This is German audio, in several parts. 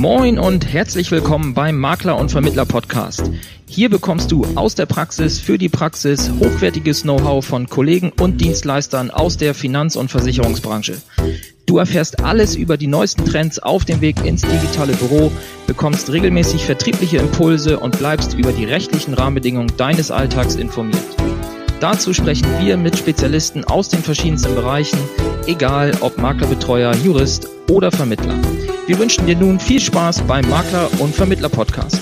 Moin und herzlich willkommen beim Makler und Vermittler Podcast. Hier bekommst du aus der Praxis für die Praxis hochwertiges Know-how von Kollegen und Dienstleistern aus der Finanz- und Versicherungsbranche. Du erfährst alles über die neuesten Trends auf dem Weg ins digitale Büro, bekommst regelmäßig vertriebliche Impulse und bleibst über die rechtlichen Rahmenbedingungen deines Alltags informiert. Dazu sprechen wir mit Spezialisten aus den verschiedensten Bereichen, egal ob Maklerbetreuer, Jurist oder Vermittler. Wir wünschen dir nun viel Spaß beim Makler- und Vermittler-Podcast.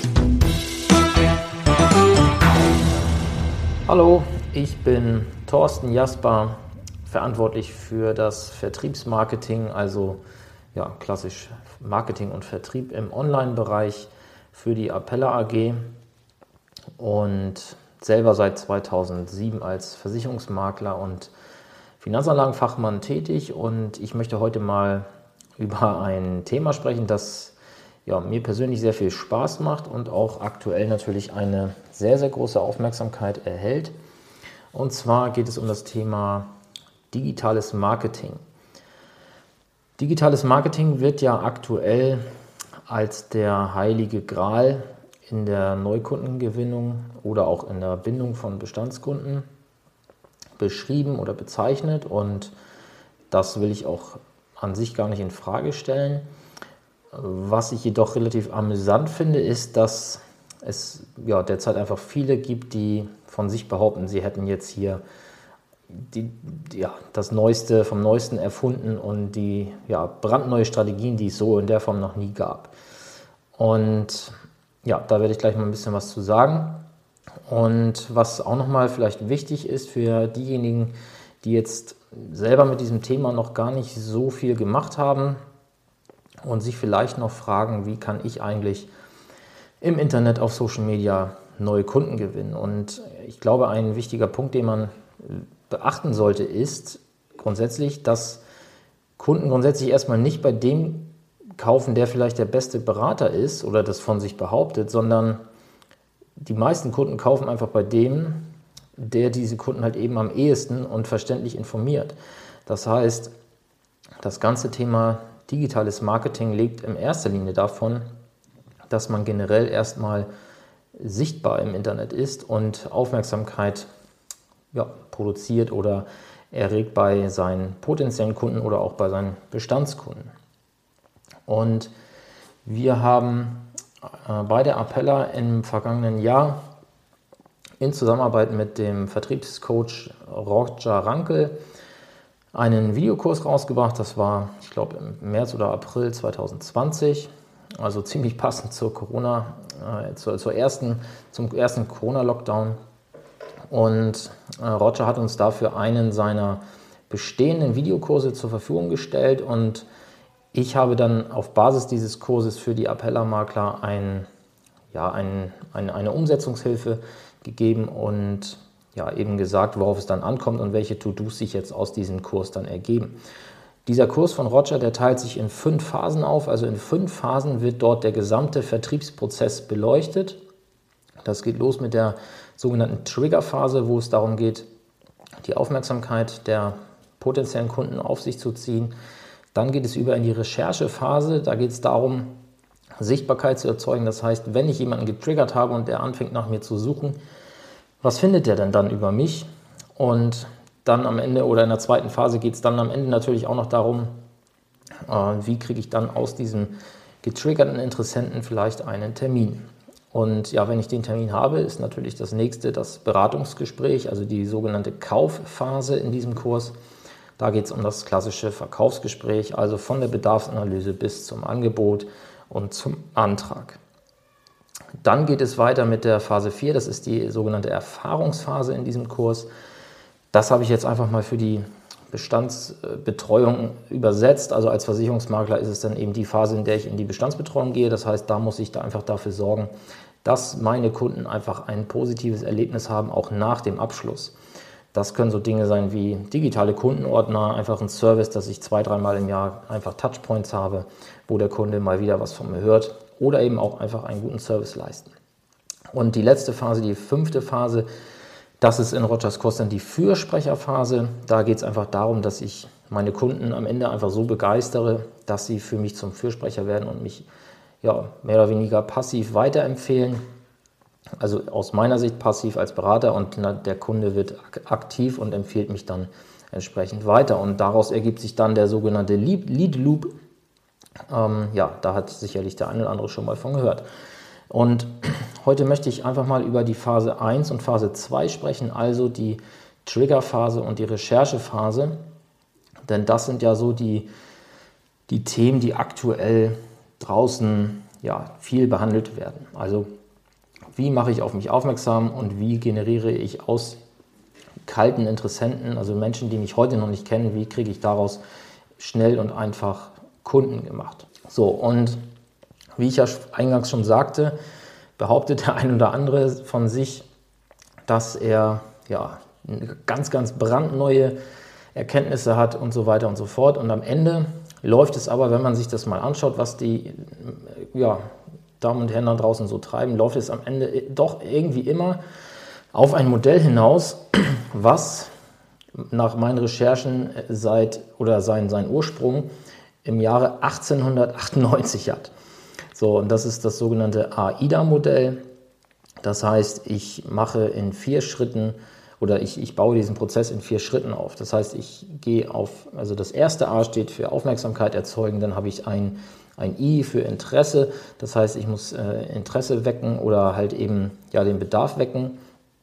Hallo, ich bin Thorsten Jasper, verantwortlich für das Vertriebsmarketing, also klassisch Marketing und Vertrieb im Online-Bereich für die Apella AG und selber seit 2007 als Versicherungsmakler und Finanzanlagenfachmann tätig. Und ich möchte heute mal über ein Thema sprechen, das mir persönlich sehr viel Spaß macht und auch aktuell natürlich eine sehr, sehr große Aufmerksamkeit erhält. Und zwar geht es um das Thema digitales Marketing. Digitales Marketing wird ja aktuell als der heilige Gral in der Neukundengewinnung oder auch in der Bindung von Bestandskunden beschrieben oder bezeichnet, und das will ich auch an sich gar nicht in Frage stellen. Was ich jedoch relativ amüsant finde, ist, dass es derzeit einfach viele gibt, die von sich behaupten, sie hätten jetzt hier das Neueste vom Neuesten erfunden und die brandneue Strategien, die es so in der Form noch nie gab. Und da werde ich gleich mal ein bisschen was zu sagen. Und was auch nochmal vielleicht wichtig ist für diejenigen, die jetzt selber mit diesem Thema noch gar nicht so viel gemacht haben und sich vielleicht noch fragen, wie kann ich eigentlich im Internet auf Social Media neue Kunden gewinnen. Und ich glaube, ein wichtiger Punkt, den man beachten sollte, ist grundsätzlich, dass Kunden grundsätzlich erstmal nicht bei dem kaufen, der vielleicht der beste Berater ist oder das von sich behauptet, sondern die meisten Kunden kaufen einfach bei dem, der diese Kunden halt eben am ehesten und verständlich informiert. Das heißt, das ganze Thema digitales Marketing lebt in erster Linie davon, dass man generell erstmal sichtbar im Internet ist und Aufmerksamkeit produziert oder erregt bei seinen potenziellen Kunden oder auch bei seinen Bestandskunden. Und wir haben bei der Apella im vergangenen Jahr in Zusammenarbeit mit dem Vertriebscoach Roger Rankel einen Videokurs rausgebracht. Das war, ich glaube, im März oder April 2020, also ziemlich passend zur zum ersten Corona-Lockdown. Und Roger hat uns dafür einen seiner bestehenden Videokurse zur Verfügung gestellt, und ich habe dann auf Basis dieses Kurses für die Apella-Makler eine Umsetzungshilfe gegeben und eben gesagt, worauf es dann ankommt und welche To-Dos sich jetzt aus diesem Kurs dann ergeben. Dieser Kurs von Roger, der teilt sich in 5 Phasen auf. Also in 5 Phasen wird dort der gesamte Vertriebsprozess beleuchtet. Das geht los mit der sogenannten Trigger-Phase, wo es darum geht, die Aufmerksamkeit der potenziellen Kunden auf sich zu ziehen. Dann geht es über in die Recherchephase. Da geht es darum, Sichtbarkeit zu erzeugen. Das heißt, wenn ich jemanden getriggert habe und der anfängt nach mir zu suchen, was findet der denn dann über mich? Und dann am Ende oder in der zweiten Phase geht es dann am Ende natürlich auch noch darum, wie kriege ich dann aus diesem getriggerten Interessenten vielleicht einen Termin. Und wenn ich den Termin habe, ist natürlich das nächste das Beratungsgespräch, also die sogenannte Kaufphase in diesem Kurs. Da geht es um das klassische Verkaufsgespräch, also von der Bedarfsanalyse bis zum Angebot und zum Antrag. Dann geht es weiter mit der Phase 4, das ist die sogenannte Erfahrungsphase in diesem Kurs. Das habe ich jetzt einfach mal für die Bestandsbetreuung übersetzt. Also als Versicherungsmakler ist es dann eben die Phase, in der ich in die Bestandsbetreuung gehe. Das heißt, da muss ich da einfach dafür sorgen, dass meine Kunden einfach ein positives Erlebnis haben, auch nach dem Abschluss. Das können so Dinge sein wie digitale Kundenordner, einfach ein Service, dass ich 2-3 Mal im Jahr einfach Touchpoints habe, wo der Kunde mal wieder was von mir hört, oder eben auch einfach einen guten Service leisten. Und die letzte Phase, die 5. Phase, das ist in Rogers Kurs dann die Fürsprecherphase. Da geht es einfach darum, dass ich meine Kunden am Ende einfach so begeistere, dass sie für mich zum Fürsprecher werden und mich mehr oder weniger passiv weiterempfehlen. Also aus meiner Sicht passiv als Berater, und der Kunde wird aktiv und empfiehlt mich dann entsprechend weiter. Und daraus ergibt sich dann der sogenannte Lead Loop. Da hat sicherlich der eine oder andere schon mal von gehört. Und heute möchte ich einfach mal über die Phase 1 und Phase 2 sprechen, also die Triggerphase und die Recherchephase. Denn das sind ja so die Themen, die aktuell draußen viel behandelt werden. Also wie mache ich auf mich aufmerksam und wie generiere ich aus kalten Interessenten, also Menschen, die mich heute noch nicht kennen, wie kriege ich daraus schnell und einfach Kunden gemacht. So, und wie ich ja eingangs schon sagte, behauptet der ein oder andere von sich, dass er ganz, ganz brandneue Erkenntnisse hat und so weiter und so fort. Und am Ende läuft es aber, wenn man sich das mal anschaut, was die Damen und Herren da draußen so treiben, läuft es am Ende doch irgendwie immer auf ein Modell hinaus, was nach meinen Recherchen seinen Ursprung im Jahre 1898 hat. So, und das ist das sogenannte AIDA-Modell. Das heißt, ich mache in 4 Schritten oder ich baue diesen Prozess in 4 Schritten auf. Das heißt, ich gehe also das erste A steht für Aufmerksamkeit erzeugen, dann habe ich ein I für Interesse, das heißt, ich muss Interesse wecken oder halt eben den Bedarf wecken.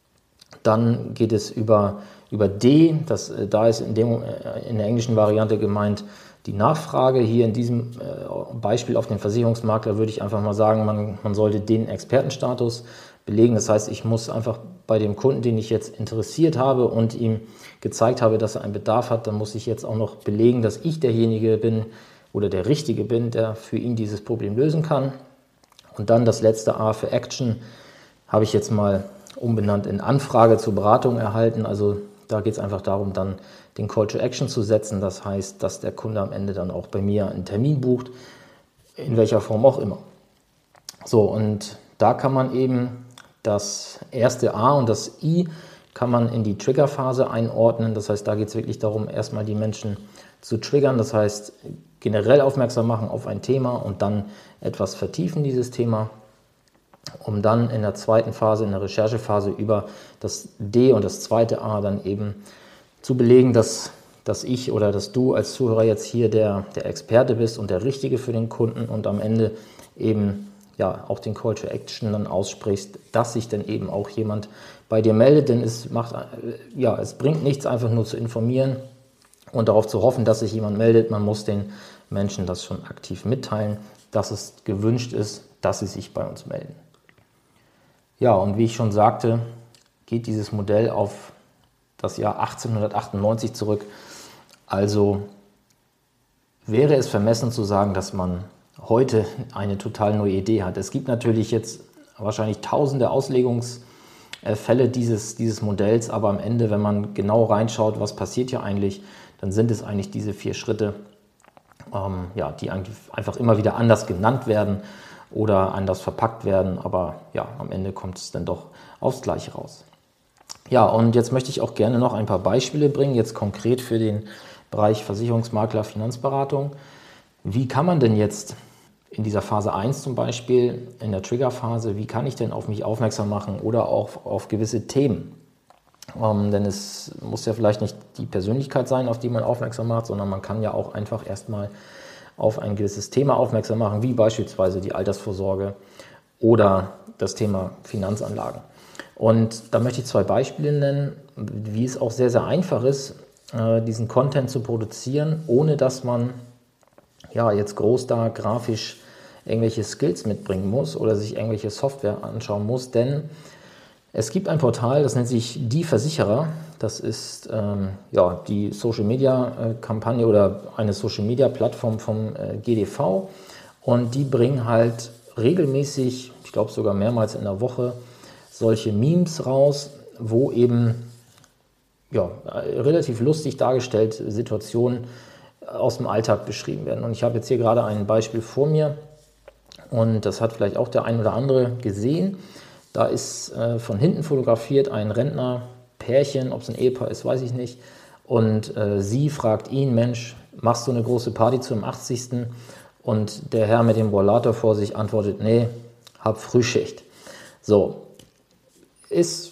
Dann geht es über D, da ist in der englischen Variante gemeint die Nachfrage. Hier in diesem Beispiel auf den Versicherungsmakler würde ich einfach mal sagen, man sollte den Expertenstatus belegen. Das heißt, ich muss einfach bei dem Kunden, den ich jetzt interessiert habe und ihm gezeigt habe, dass er einen Bedarf hat, dann muss ich jetzt auch noch belegen, dass ich derjenige bin oder der Richtige bin, der für ihn dieses Problem lösen kann. Und dann das letzte A für Action habe ich jetzt mal umbenannt in Anfrage zur Beratung erhalten. Also da geht es einfach darum, dann den Call to Action zu setzen. Das heißt, dass der Kunde am Ende dann auch bei mir einen Termin bucht, in welcher Form auch immer. So, und da kann man eben das erste A und das I kann man in die Triggerphase einordnen. Das heißt, da geht es wirklich darum, erstmal die Menschen zu triggern. Das heißt, generell aufmerksam machen auf ein Thema und dann etwas vertiefen, dieses Thema, um dann in der zweiten Phase, in der Recherchephase über das D und das zweite A dann eben zu belegen, dass ich oder dass du als Zuhörer jetzt hier der Experte bist und der Richtige für den Kunden und am Ende eben auch den Call to Action dann aussprichst, dass sich dann eben auch jemand bei dir meldet, denn es bringt nichts, einfach nur zu informieren und darauf zu hoffen, dass sich jemand meldet. Man muss den Menschen das schon aktiv mitteilen, dass es gewünscht ist, dass sie sich bei uns melden. Ja, und wie ich schon sagte, geht dieses Modell auf das Jahr 1898 zurück. Also wäre es vermessen zu sagen, dass man heute eine total neue Idee hat. Es gibt natürlich jetzt wahrscheinlich tausende Auslegungsfälle dieses Modells, aber am Ende, wenn man genau reinschaut, was passiert hier eigentlich, dann sind es eigentlich diese 4 Schritte, die einfach immer wieder anders genannt werden oder anders verpackt werden, aber am Ende kommt es dann doch aufs Gleiche raus. Ja, und jetzt möchte ich auch gerne noch ein paar Beispiele bringen, jetzt konkret für den Bereich Versicherungsmakler, Finanzberatung. Wie kann man denn jetzt in dieser Phase 1 zum Beispiel, in der Triggerphase, wie kann ich denn auf mich aufmerksam machen oder auch auf gewisse Themen? Denn es muss ja vielleicht nicht die Persönlichkeit sein, auf die man aufmerksam macht, sondern man kann ja auch einfach erstmal auf ein gewisses Thema aufmerksam machen, wie beispielsweise die Altersvorsorge oder das Thema Finanzanlagen. Und da möchte ich 2 Beispiele nennen, wie es auch sehr, sehr einfach ist, diesen Content zu produzieren, ohne dass man jetzt groß da grafisch irgendwelche Skills mitbringen muss oder sich irgendwelche Software anschauen muss, denn es gibt ein Portal, das nennt sich Die Versicherer. Das ist die Social-Media-Kampagne oder eine Social-Media-Plattform vom GDV und die bringen halt regelmäßig, ich glaube sogar mehrmals in der Woche, solche Memes raus, wo eben relativ lustig dargestellte Situationen aus dem Alltag beschrieben werden. Und ich habe jetzt hier gerade ein Beispiel vor mir und das hat vielleicht auch der ein oder andere gesehen. Da ist von hinten fotografiert ein Rentnerpärchen, ob es ein Ehepaar ist, weiß ich nicht. Und sie fragt ihn, Mensch, machst du eine große Party zum 80. und der Herr mit dem Rollator vor sich antwortet, nee, hab Frühschicht. So, ist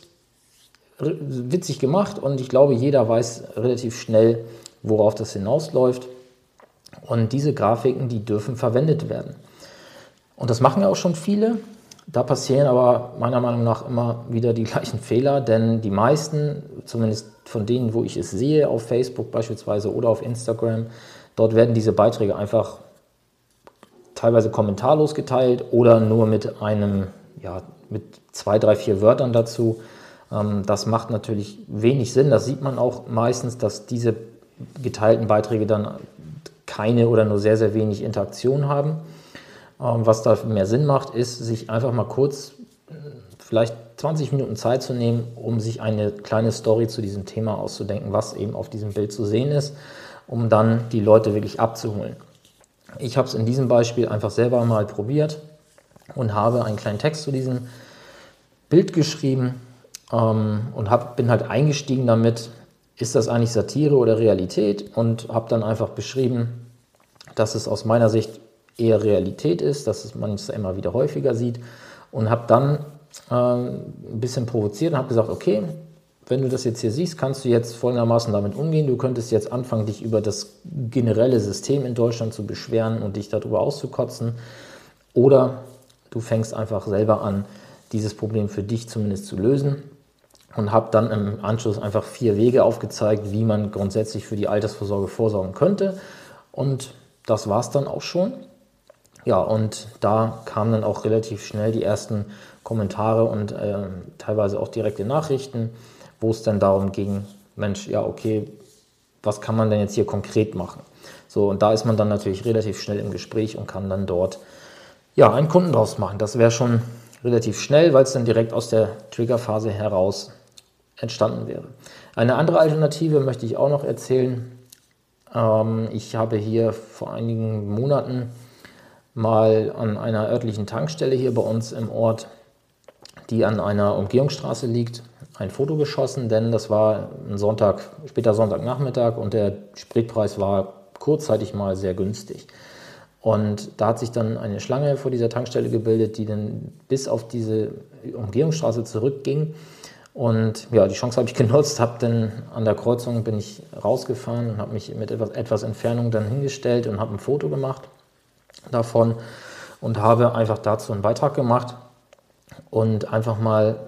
witzig gemacht und ich glaube, jeder weiß relativ schnell, worauf das hinausläuft. Und diese Grafiken, die dürfen verwendet werden. Und das machen ja auch schon viele. Da passieren aber meiner Meinung nach immer wieder die gleichen Fehler, denn die meisten, zumindest von denen, wo ich es sehe, auf Facebook beispielsweise oder auf Instagram, dort werden diese Beiträge einfach teilweise kommentarlos geteilt oder nur mit mit 2, 3, 4 Wörtern dazu. Das macht natürlich wenig Sinn. Das sieht man auch meistens, dass diese geteilten Beiträge dann keine oder nur sehr, sehr wenig Interaktion haben. Was da mehr Sinn macht, ist, sich einfach mal kurz, vielleicht 20 Minuten Zeit zu nehmen, um sich eine kleine Story zu diesem Thema auszudenken, was eben auf diesem Bild zu sehen ist, um dann die Leute wirklich abzuholen. Ich habe es in diesem Beispiel einfach selber mal probiert und habe einen kleinen Text zu diesem Bild geschrieben und bin halt eingestiegen damit, ist das eigentlich Satire oder Realität, und habe dann einfach beschrieben, dass es aus meiner Sicht eher Realität ist, dass man es immer wieder häufiger sieht, und habe dann ein bisschen provoziert und habe gesagt, okay, wenn du das jetzt hier siehst, kannst du jetzt folgendermaßen damit umgehen. Du könntest jetzt anfangen, dich über das generelle System in Deutschland zu beschweren und dich darüber auszukotzen, oder du fängst einfach selber an, dieses Problem für dich zumindest zu lösen, und habe dann im Anschluss einfach 4 Wege aufgezeigt, wie man grundsätzlich für die Altersvorsorge vorsorgen könnte, und das war es dann auch schon. Ja, und da kamen dann auch relativ schnell die ersten Kommentare und teilweise auch direkte Nachrichten, wo es dann darum ging, Mensch, ja okay, was kann man denn jetzt hier konkret machen? So, und da ist man dann natürlich relativ schnell im Gespräch und kann dann dort einen Kunden draus machen. Das wäre schon relativ schnell, weil es dann direkt aus der Triggerphase heraus entstanden wäre. Eine andere Alternative möchte ich auch noch erzählen. Ich habe hier vor einigen Monaten mal an einer örtlichen Tankstelle hier bei uns im Ort, die an einer Umgehungsstraße liegt, ein Foto geschossen, denn das war ein später Sonntagnachmittag, und der Spritpreis war kurzzeitig mal sehr günstig. Und da hat sich dann eine Schlange vor dieser Tankstelle gebildet, die dann bis auf diese Umgehungsstraße zurückging. Und ja, die Chance habe ich genutzt, an der Kreuzung bin ich rausgefahren und habe mich mit etwas Entfernung dann hingestellt und habe ein Foto gemacht davon und habe einfach dazu einen Beitrag gemacht und einfach mal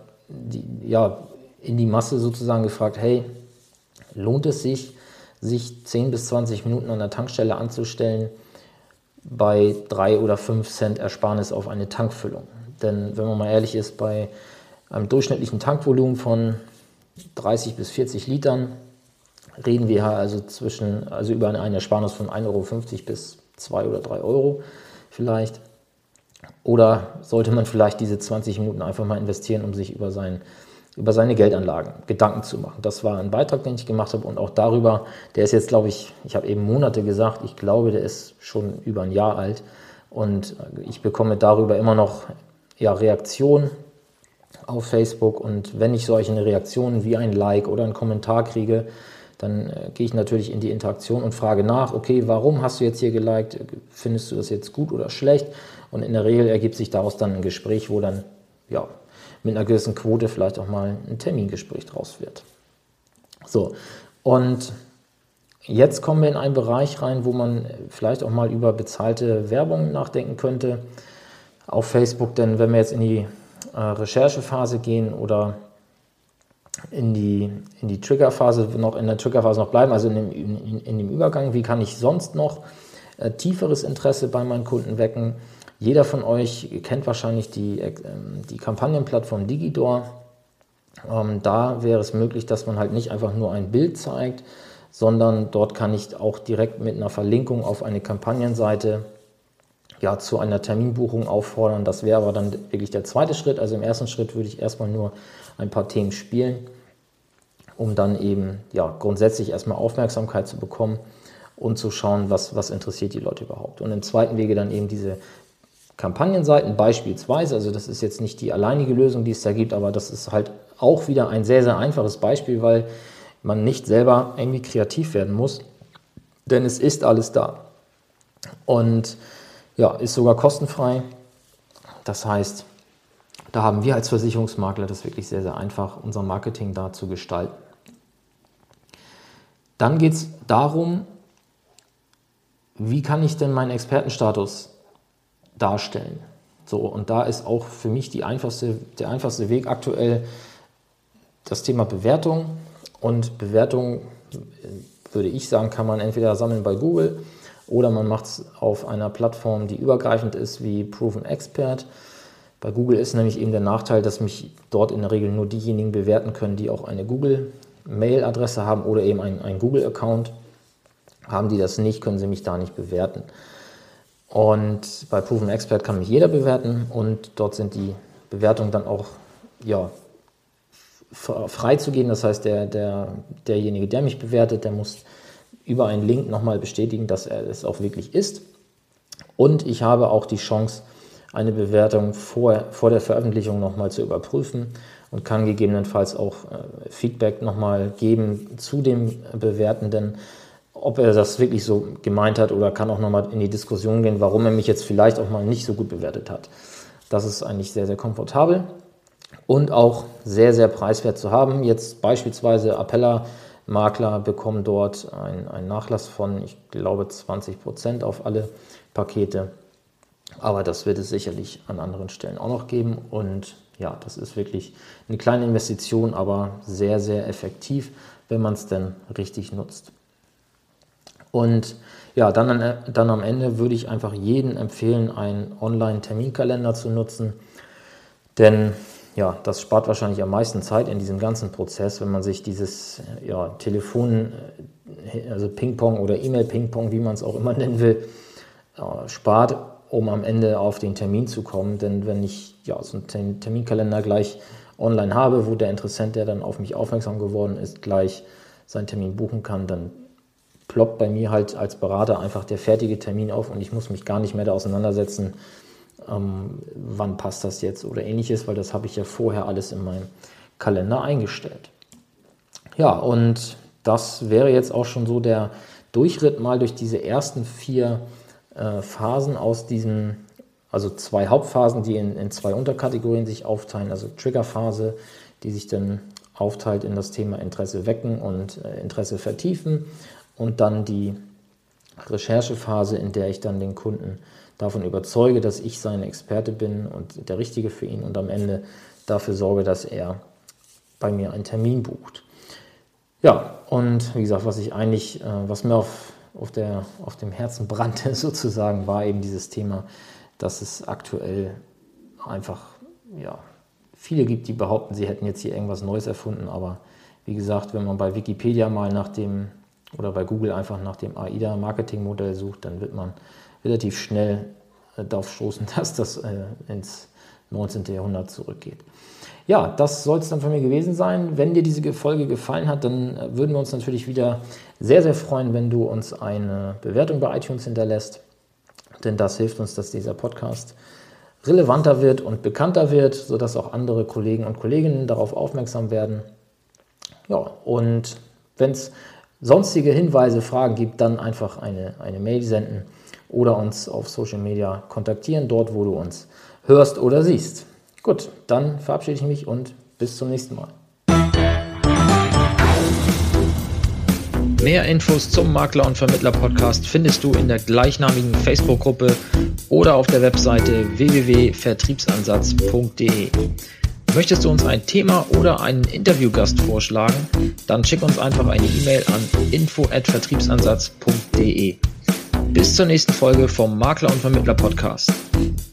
in die Masse sozusagen gefragt, hey, lohnt es sich 10 bis 20 Minuten an der Tankstelle anzustellen bei 3 oder 5 Cent Ersparnis auf eine Tankfüllung? Denn wenn man mal ehrlich ist, bei einem durchschnittlichen Tankvolumen von 30 bis 40 Litern reden wir also über eine Ersparnis von 1,50 Euro bis 2 oder 3 Euro vielleicht. Oder sollte man vielleicht diese 20 Minuten einfach mal investieren, um sich über seine Geldanlagen Gedanken zu machen? Das war ein Beitrag, den ich gemacht habe, und auch darüber, der ist jetzt, glaube ich habe eben Monate gesagt, ich glaube, der ist schon über ein Jahr alt, und ich bekomme darüber immer noch Reaktionen auf Facebook, und wenn ich solche Reaktionen wie ein Like oder einen Kommentar kriege, dann gehe ich natürlich in die Interaktion und frage nach, okay, warum hast du jetzt hier geliked? Findest du das jetzt gut oder schlecht? Und in der Regel ergibt sich daraus dann ein Gespräch, wo dann mit einer gewissen Quote vielleicht auch mal ein Termingespräch draus wird. So, und jetzt kommen wir in einen Bereich rein, wo man vielleicht auch mal über bezahlte Werbung nachdenken könnte auf Facebook, denn wenn wir jetzt in die Recherchephase gehen oder in der Triggerphase noch bleiben, also in dem Übergang, wie kann ich sonst noch tieferes Interesse bei meinen Kunden wecken? Jeder von euch kennt wahrscheinlich die Kampagnenplattform Digidor. Da wäre es möglich, dass man halt nicht einfach nur ein Bild zeigt, sondern dort kann ich auch direkt mit einer Verlinkung auf eine Kampagnenseite zu einer Terminbuchung auffordern. Das wäre aber dann wirklich der zweite Schritt. Also im ersten Schritt würde ich erstmal nur ein paar Themen spielen, um dann eben grundsätzlich erstmal Aufmerksamkeit zu bekommen und zu schauen, was interessiert die Leute überhaupt. Und im zweiten Wege dann eben diese Kampagnenseiten beispielsweise, also das ist jetzt nicht die alleinige Lösung, die es da gibt, aber das ist halt auch wieder ein sehr, sehr einfaches Beispiel, weil man nicht selber irgendwie kreativ werden muss, denn es ist alles da. Und Ja, ist sogar kostenfrei. Das heißt, da haben wir als Versicherungsmakler das wirklich sehr, sehr einfach, unser Marketing da zu gestalten. Dann geht es darum, wie kann ich denn meinen Expertenstatus darstellen? So, und da ist auch für mich der einfachste Weg aktuell das Thema Bewertung. Und Bewertung, würde ich sagen, kann man entweder sammeln bei Google oder man macht es auf einer Plattform, die übergreifend ist, wie Proven Expert. Bei Google ist nämlich eben der Nachteil, dass mich dort in der Regel nur diejenigen bewerten können, die auch eine Google-Mail-Adresse haben oder eben einen Google-Account. Haben die das nicht, können sie mich da nicht bewerten. Und bei Proven Expert kann mich jeder bewerten und dort sind die Bewertungen dann auch freizugeben. Das heißt, derjenige, der mich bewertet, der muss über einen Link nochmal bestätigen, dass er es auch wirklich ist. Und ich habe auch die Chance, eine Bewertung vor der Veröffentlichung nochmal zu überprüfen und kann gegebenenfalls auch Feedback nochmal geben zu dem Bewertenden, ob er das wirklich so gemeint hat, oder kann auch nochmal in die Diskussion gehen, warum er mich jetzt vielleicht auch mal nicht so gut bewertet hat. Das ist eigentlich sehr, sehr komfortabel und auch sehr, sehr preiswert zu haben. Jetzt beispielsweise Appella-Makler bekommen dort einen Nachlass von, ich glaube, 20% auf alle Pakete. Aber das wird es sicherlich an anderen Stellen auch noch geben. Und ja, das ist wirklich eine kleine Investition, aber sehr, sehr effektiv, wenn man es denn richtig nutzt. Und ja, dann am Ende würde ich einfach jedem empfehlen, einen Online-Terminkalender zu nutzen, denn ja, das spart wahrscheinlich am meisten Zeit in diesem ganzen Prozess, wenn man sich dieses Telefon, also Ping-Pong oder E-Mail-Ping-Pong, wie man es auch immer nennen will, spart, um am Ende auf den Termin zu kommen. Denn wenn ich so einen Terminkalender gleich online habe, wo der Interessent, der dann auf mich aufmerksam geworden ist, gleich seinen Termin buchen kann, dann ploppt bei mir halt als Berater einfach der fertige Termin auf und ich muss mich gar nicht mehr da auseinandersetzen, wann passt das jetzt oder ähnliches, weil das habe ich ja vorher alles in meinem Kalender eingestellt. Ja, und das wäre jetzt auch schon so der Durchritt mal durch diese ersten 4 Phasen aus diesen, also 2 Hauptphasen, die in 2 Unterkategorien sich aufteilen, also Triggerphase, die sich dann aufteilt in das Thema Interesse wecken und Interesse vertiefen, und dann die Recherchephase, in der ich dann den Kunden davon überzeuge, dass ich sein Experte bin und der Richtige für ihn und am Ende dafür sorge, dass er bei mir einen Termin bucht. Ja, und wie gesagt, was mir auf dem Herzen brannte sozusagen, war eben dieses Thema, dass es aktuell einfach viele gibt, die behaupten, sie hätten jetzt hier irgendwas Neues erfunden, aber wie gesagt, wenn man bei Wikipedia mal oder bei Google einfach nach dem AIDA-Marketing-Modell sucht, dann wird man relativ schnell darauf stoßen, dass das ins 19. Jahrhundert zurückgeht. Ja, das soll es dann von mir gewesen sein. Wenn dir diese Folge gefallen hat, dann würden wir uns natürlich wieder sehr, sehr freuen, wenn du uns eine Bewertung bei iTunes hinterlässt, denn das hilft uns, dass dieser Podcast relevanter wird und bekannter wird, sodass auch andere Kollegen und Kolleginnen darauf aufmerksam werden. Ja, und wenn es sonstige Hinweise, Fragen gibt, dann einfach eine Mail senden oder uns auf Social Media kontaktieren, dort wo du uns hörst oder siehst. Gut, dann verabschiede ich mich und bis zum nächsten Mal. Mehr Infos zum Makler- und Vermittler-Podcast findest du in der gleichnamigen Facebook-Gruppe oder auf der Webseite www.vertriebsansatz.de. Möchtest du uns ein Thema oder einen Interviewgast vorschlagen? Dann schick uns einfach eine E-Mail an info@vertriebsansatz.de. Bis zur nächsten Folge vom Makler- und Vermittler-Podcast.